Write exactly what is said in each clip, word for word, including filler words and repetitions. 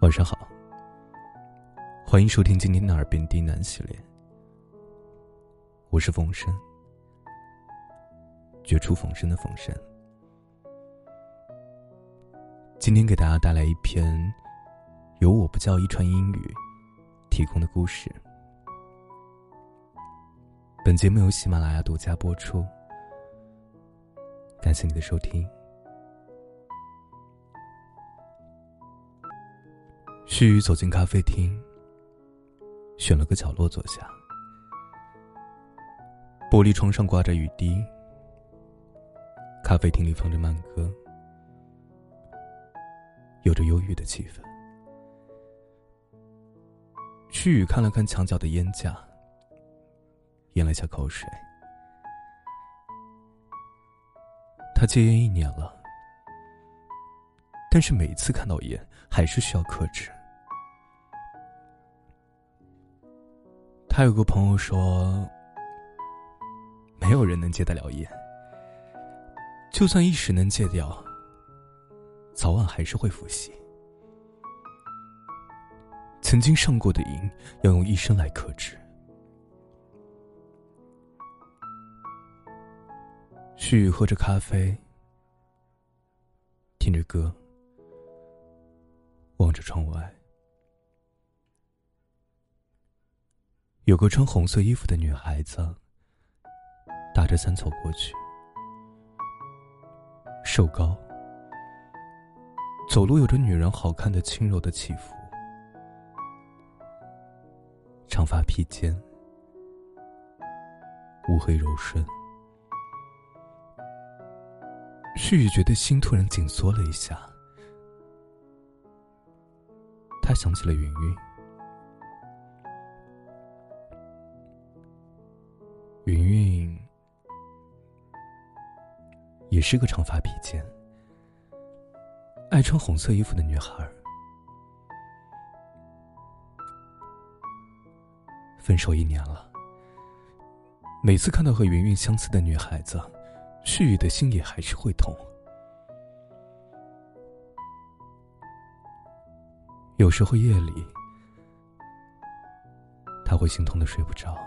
晚上好，欢迎收听今天的耳边低喃系列，我是冯生，绝处逢生的冯生。今天给大家带来一篇由我不叫遗传英语提供的故事。本节目由喜马拉雅独家播出，感谢你的收听。旭宇走进咖啡厅，选了个角落坐下。玻璃窗上挂着雨滴，咖啡厅里放着慢歌，有着忧郁的气氛。旭宇看了看墙角的烟架，咽了下口水。他戒烟一年了，但是每一次看到烟还是需要克制。他有个朋友说，没有人能戒得了烟，就算一时能戒掉，早晚还是会复习。曾经上过的瘾要用一生来克制。旭宇喝着咖啡，听着歌，望着窗外。有个穿红色衣服的女孩子打着伞走过去，瘦高，走路有着女人好看的轻柔的起伏，长发披肩，乌黑柔顺。旭宇觉得心突然紧缩了一下，他想起了云云。云云也是个长发披肩、爱穿红色衣服的女孩。分手一年了，每次看到和云云相似的女孩子，旭宇的心也还是会痛。有时候夜里，他会心痛的睡不着，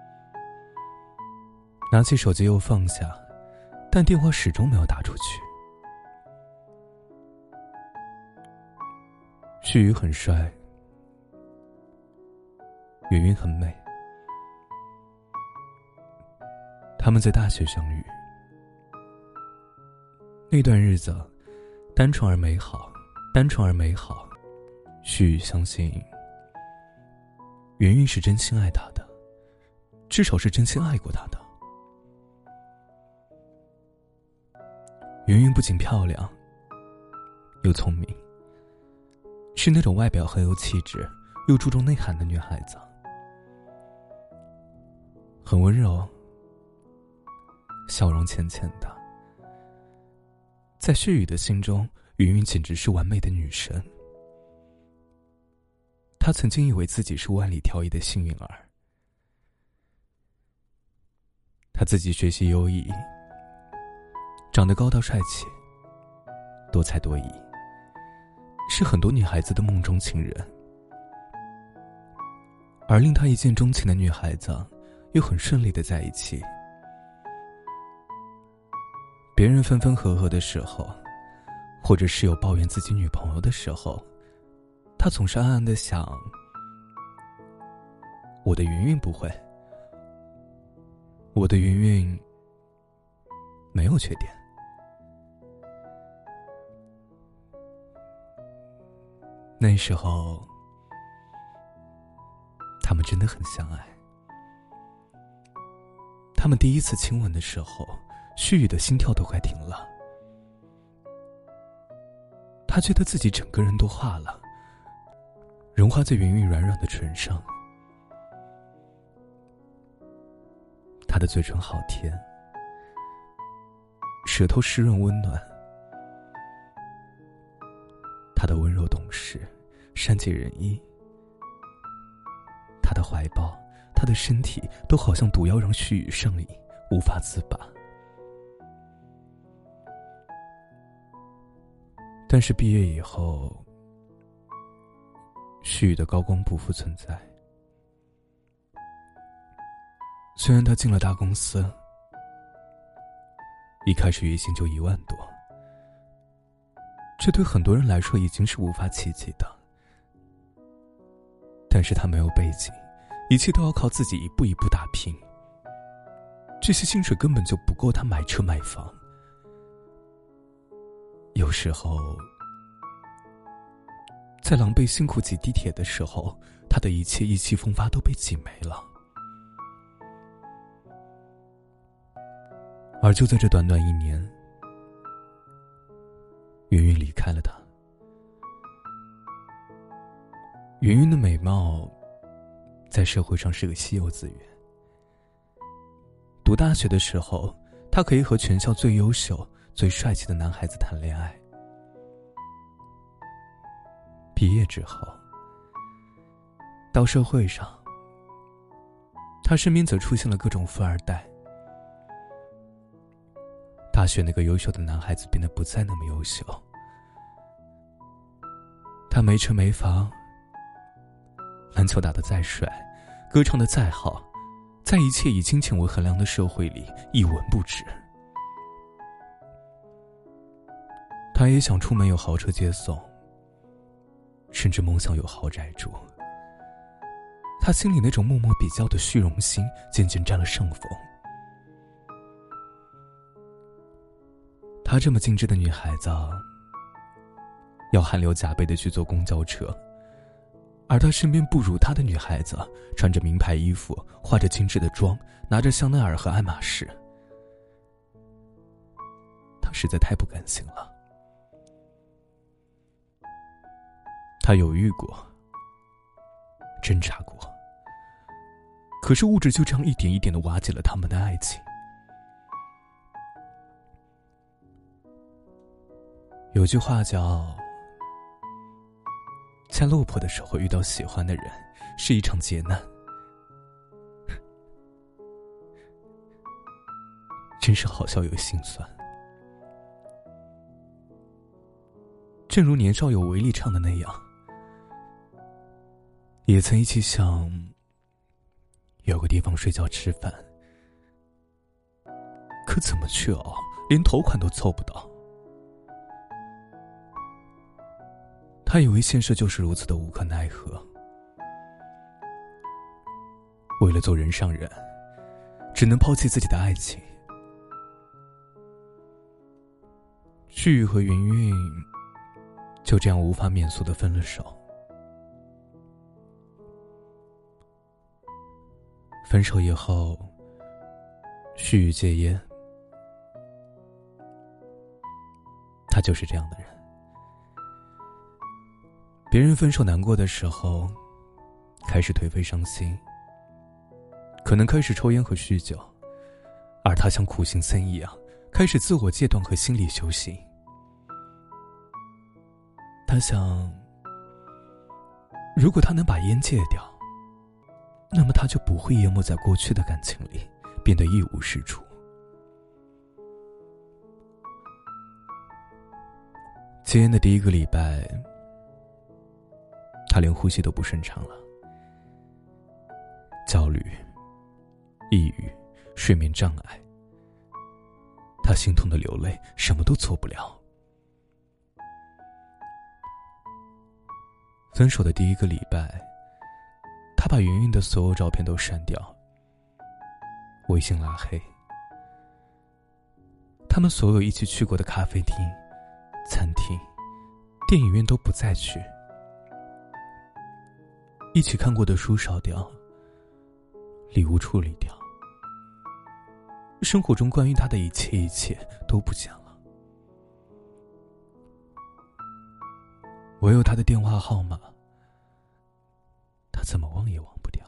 拿起手机又放下，但电话始终没有打出去。旭宇很帅，云云很美，他们在大学相遇。那段日子单纯而美好，单纯而美好。旭宇相信云云是真心爱他的，至少是真心爱过他的。云云不仅漂亮又聪明，是那种外表很有气质又注重内涵的女孩子，很温柔，笑容浅浅的。在旭宇的心中，云云简直是完美的女神。他曾经以为自己是万里挑一的幸运儿，他自己学习优异，长得高大帅气，多才多艺，是很多女孩子的梦中情人。而令他一见钟情的女孩子又很顺利的在一起。别人分分合合的时候，或者室友抱怨自己女朋友的时候，他总是暗暗的想，我的云云不会，我的云云没有缺点。那时候他们真的很相爱。他们第一次亲吻的时候，旭宇的心跳都快停了。他觉得自己整个人都化了，融化在云云软软的唇上。他的嘴唇好甜，舌头湿润温暖，他的温柔懂事，善解人意。他的怀抱，他的身体都好像毒药，让旭宇上瘾，无法自拔。但是毕业以后， 徐宇的高光不复存在。虽然他进了大公司，一开始月薪就一万多，这对很多人来说已经是无法企及的。但是他没有背景，一切都要靠自己一步一步打拼，这些薪水根本就不够他买车买房。有时候在狼狈辛苦挤地铁的时候，他的一切意气风发都被挤没了。而就在这短短一年，云云离开了他。云云的美貌在社会上是个稀有资源。读大学的时候，他可以和全校最优秀最帅气的男孩子谈恋爱。毕业之后，到社会上，他身边则出现了各种富二代。大学那个优秀的男孩子变得不再那么优秀，他没车没房，篮球打得再帅，歌唱得再好，在一切以金钱为衡量的社会里一文不值。他也想出门有豪车接送，甚至梦想有豪宅住。他心里那种默默比较的虚荣心渐渐占了上风。她这么精致的女孩子，要汗流浃背的去坐公交车，而她身边不如她的女孩子，穿着名牌衣服，化着精致的妆，拿着香奈儿和爱马仕。她实在太不甘心了。她犹豫过，挣扎过，可是物质就这样一点一点地瓦解了他们的爱情。有句话叫，在落魄的时候遇到喜欢的人是一场劫难。真是好笑又心酸。正如年少有为里唱的那样，也曾一起想有个地方睡觉吃饭，可怎么去熬，连头款都凑不到。他以为现实就是如此的无可奈何，为了做人上人，只能抛弃自己的爱情。旭宇和云云就这样无法免俗的分了手。分手以后，旭宇戒烟，他就是这样的人。别人分手难过的时候，开始颓废伤心，可能开始抽烟和酗酒，而他像苦行僧一样，开始自我戒断和心理修行。他想，如果他能把烟戒掉，那么他就不会淹没在过去的感情里，变得一无是处。戒烟的第一个礼拜，他连呼吸都不顺畅了，焦虑、抑郁、睡眠障碍，他心痛的流泪，什么都做不了。分手的第一个礼拜，他把云云的所有照片都删掉，微信拉黑，他们所有一起去过的咖啡厅、餐厅、电影院都不再去，一起看过的书烧掉，礼物处理掉，生活中关于他的一切一切都不见了。唯有他的电话号码，他怎么忘也忘不掉。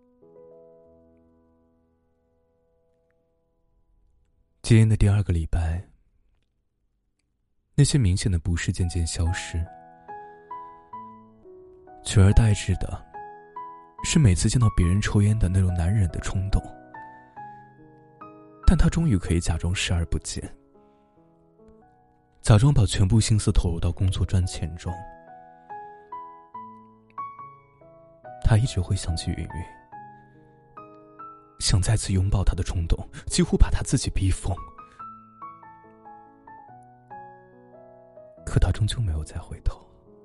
戒烟的第二个礼拜，那些明显的不适渐渐消失，取而代之的是每次见到别人抽烟的那种难忍的冲动。但他终于可以假装视而不见，假装把全部心思投入到工作赚钱中。 他一直会想起云云，想再次拥抱她的冲动几乎把他自己逼疯，可他终究没有再回头。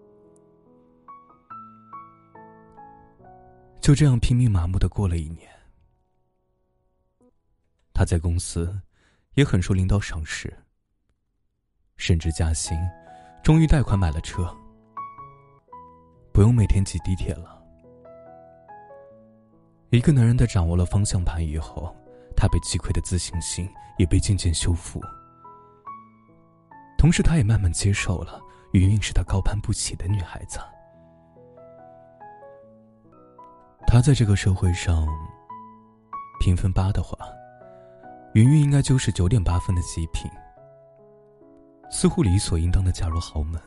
就这样拼命麻木地过了一年，他在公司也很受领导赏识，升职加薪，终于贷款买了车，不用每天挤地铁了。一个男人在掌握了方向盘以后，他被击溃的自信心也被渐渐修复，同时他也慢慢接受了云云是他高攀不起的女孩子。他在这个社会上评分八的话，云云应该就是九点八分的极品，似乎理所应当的嫁入豪门。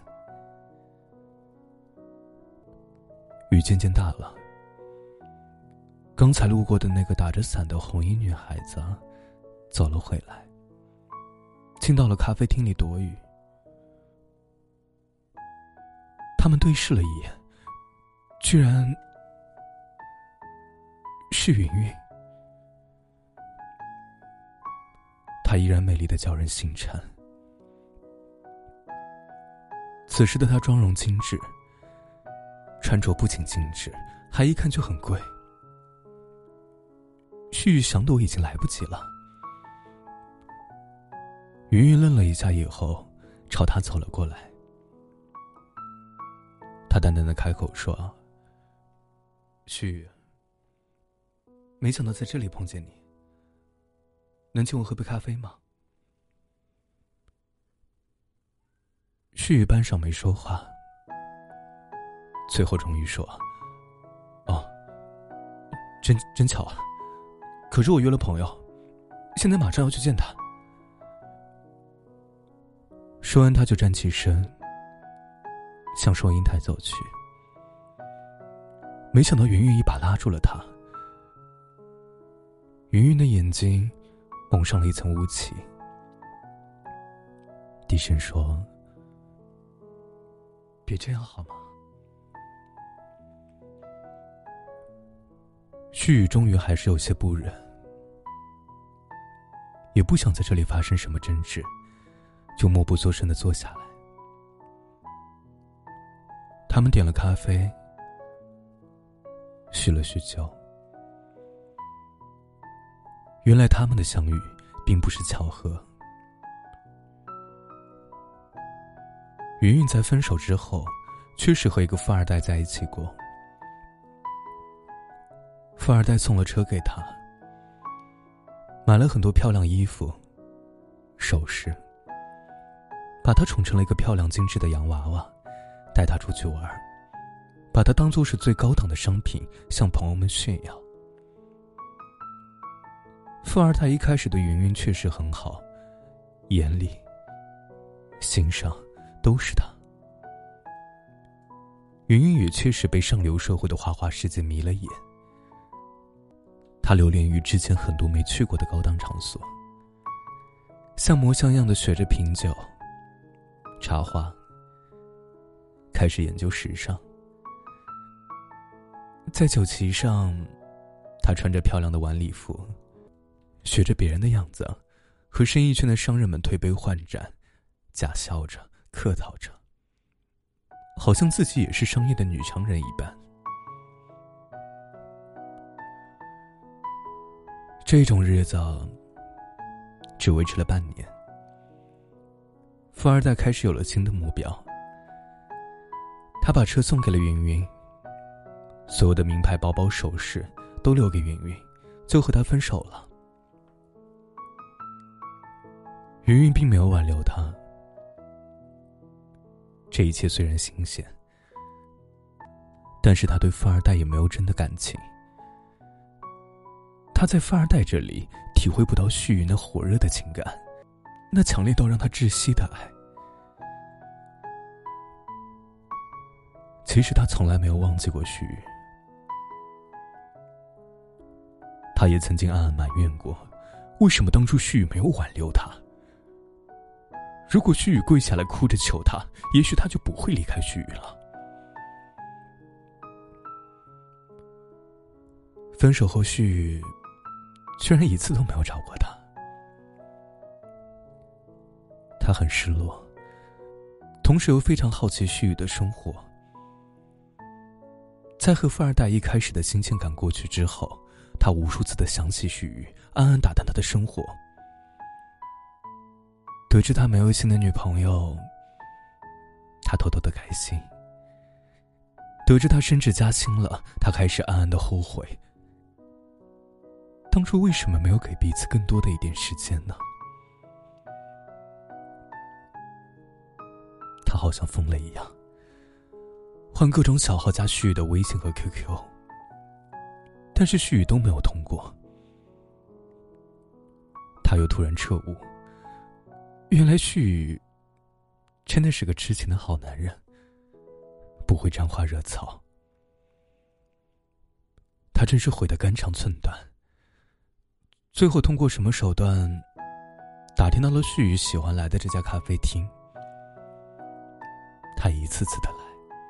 雨渐渐大了，刚才路过的那个打着伞的红衣女孩子走了回来，进到了咖啡厅里躲雨。他们对视了一眼，居然是云云。她依然美丽的叫人心颤。此时的她妆容精致，穿着不仅精致，还一看就很贵。旭玉想躲已经来不及了。云云愣了一下以后，朝他走了过来。他淡淡的开口说：“旭玉，没想到在这里碰见你，能请我喝杯咖啡吗？”旭玉半晌没说话，最后终于说：“哦，真真巧啊，可是我约了朋友，现在马上要去见他。”说完他就站起身，向收银台走去。没想到云云一把拉住了他。云云的眼睛蒙上了一层雾气，低声说：“别这样好吗？”旭宇终于还是有些不忍，也不想在这里发生什么争执，就默不作声地坐下来。他们点了咖啡，叙了叙旧。原来他们的相遇并不是巧合。云云在分手之后确实和一个富二代在一起过，富二代送了车给他，买了很多漂亮衣服首饰，把她宠成了一个漂亮精致的洋娃娃，带她出去玩，把她当作是最高档的商品向朋友们炫耀。富二代一开始对云云确实很好，眼里心上都是她。云云也确实被上流社会的花花世界迷了眼，她流连于之前很多没去过的高档场所，像模像样的学着品酒插花，开始研究时尚。在酒席上，她穿着漂亮的晚礼服，学着别人的样子，和生意圈的商人们推杯换盏，假笑着客套着，好像自己也是商业的女强人一般。这种日子只维持了半年，富二代开始有了新的目标。他把车送给了云云，所有的名牌包包首饰都留给云云，就和他分手了。云云并没有挽留他。这一切虽然新鲜，但是他对富二代也没有真的感情。他在富二代这里体会不到旭云那火热的情感，那强烈到让他窒息的爱。其实他从来没有忘记过旭云，他也曾经暗暗埋怨过，为什么当初旭宇没有挽留他。如果旭宇跪下来哭着求他，也许他就不会离开旭宇了。 分手后，旭宇居然一次都没有找过他。他很失落，同时又非常好奇旭宇的生活。在和富二代一开始的新鲜感过去之后，他无数次的想起旭宇，暗暗打探他的生活。得知他没有新的女朋友，他偷偷的开心。得知他升职加薪了，他开始暗暗的后悔，当初为什么没有给彼此更多的一点时间呢？他好像疯了一样，换各种小号加旭宇的微信和 Q Q， 但是旭宇都没有通过。他又突然彻悟，原来旭宇真的是个痴情的好男人，不会沾花惹草。他真是悔得肝肠寸断，最后通过什么手段打听到了旭宇喜欢来的这家咖啡厅。他一次次的来，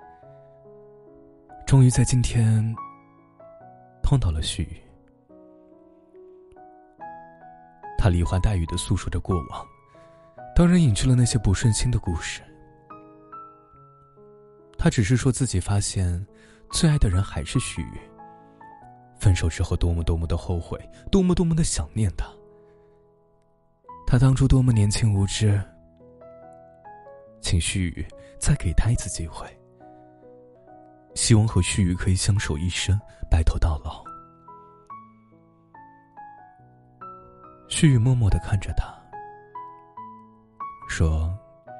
终于在今天碰到了旭宇。他梨花带雨的诉说着过往，当然隐去了那些不顺心的故事。他只是说自己发现最爱的人还是旭宇，分手之后多么多么的后悔，多么多么的想念他。他当初多么年轻无知，请旭宇再给他一次机会，希望和旭宇可以相守一生，白头到老。旭宇默默地看着他，说：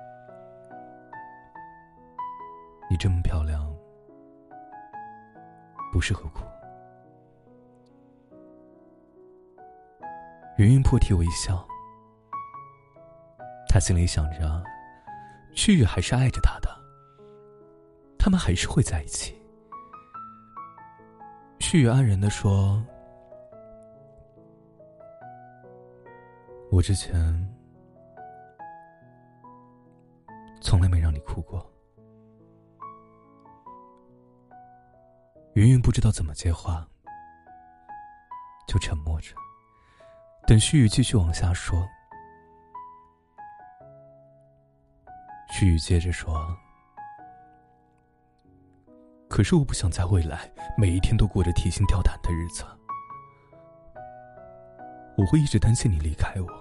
你这么漂亮，不适合哭。云云破涕为笑，他心里想着，旭宇还是爱着他的，他们还是会在一起。旭宇安然地说：我之前从来没让你哭过。云云不知道怎么接话，就沉默着，等旭宇继续往下说。旭宇接着说：可是我不想在未来每一天都过着提心吊胆的日子，我会一直担心你离开我。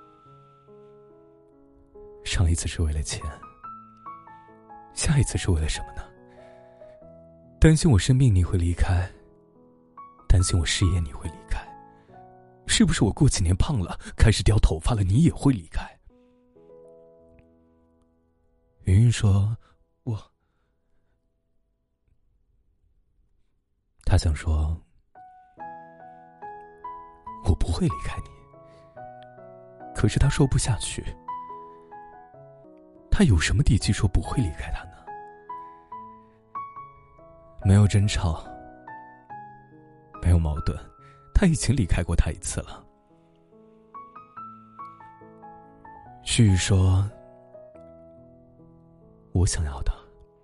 上一次是为了钱，下一次是为了什么呢？担心我生病你会离开，担心我失业你会离开，是不是我过几年胖了，开始掉头发了，你也会离开？云云说：我……他想说，我不会离开你，可是他说不下去。他有什么底气说不会离开他呢？没有争吵，没有矛盾，他已经离开过他一次了。旭宇说：我想要的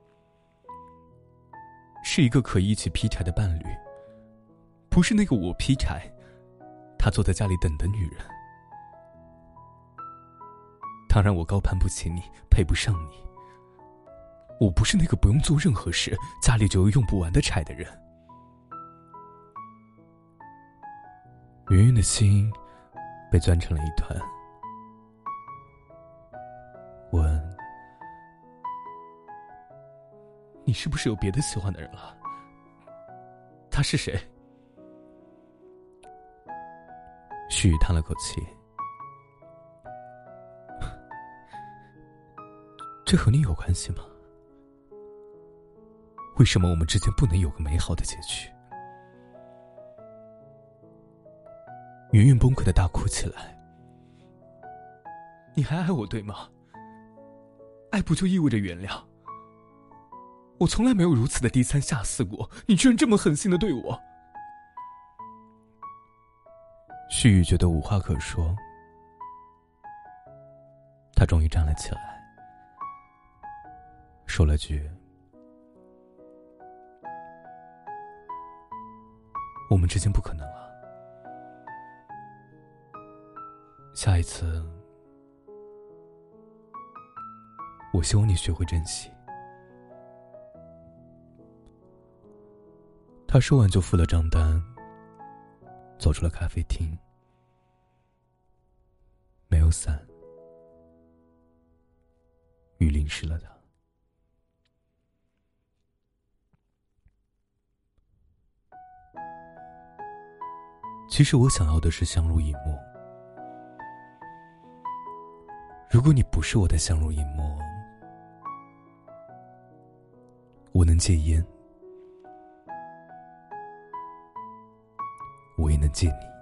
是一个可以一起劈柴的伴侣，不是那个我劈柴，他坐在家里等的女人。当然我高攀不起你，配不上你，我不是那个不用做任何事，家里就有用不完的柴的人。云云的心被攥成了一团，问：你是不是有别的喜欢的人了？他是谁？旭宇叹了口气：这和你有关系吗？为什么我们之间不能有个美好的结局？云云崩溃的大哭起来：你还爱我对吗？爱不就意味着原谅？我从来没有如此的低三下四过，你居然这么狠心的对我。旭宇觉得无话可说，他终于站了起来，说了句： 我们之间不可能了。下一次，我希望你学会珍惜。他说完就付了账单，走出了咖啡厅。没有伞，雨淋湿了他。其实我想要的是相濡以沫。如果你不是我的相濡以沫，我能戒烟，我也能戒你。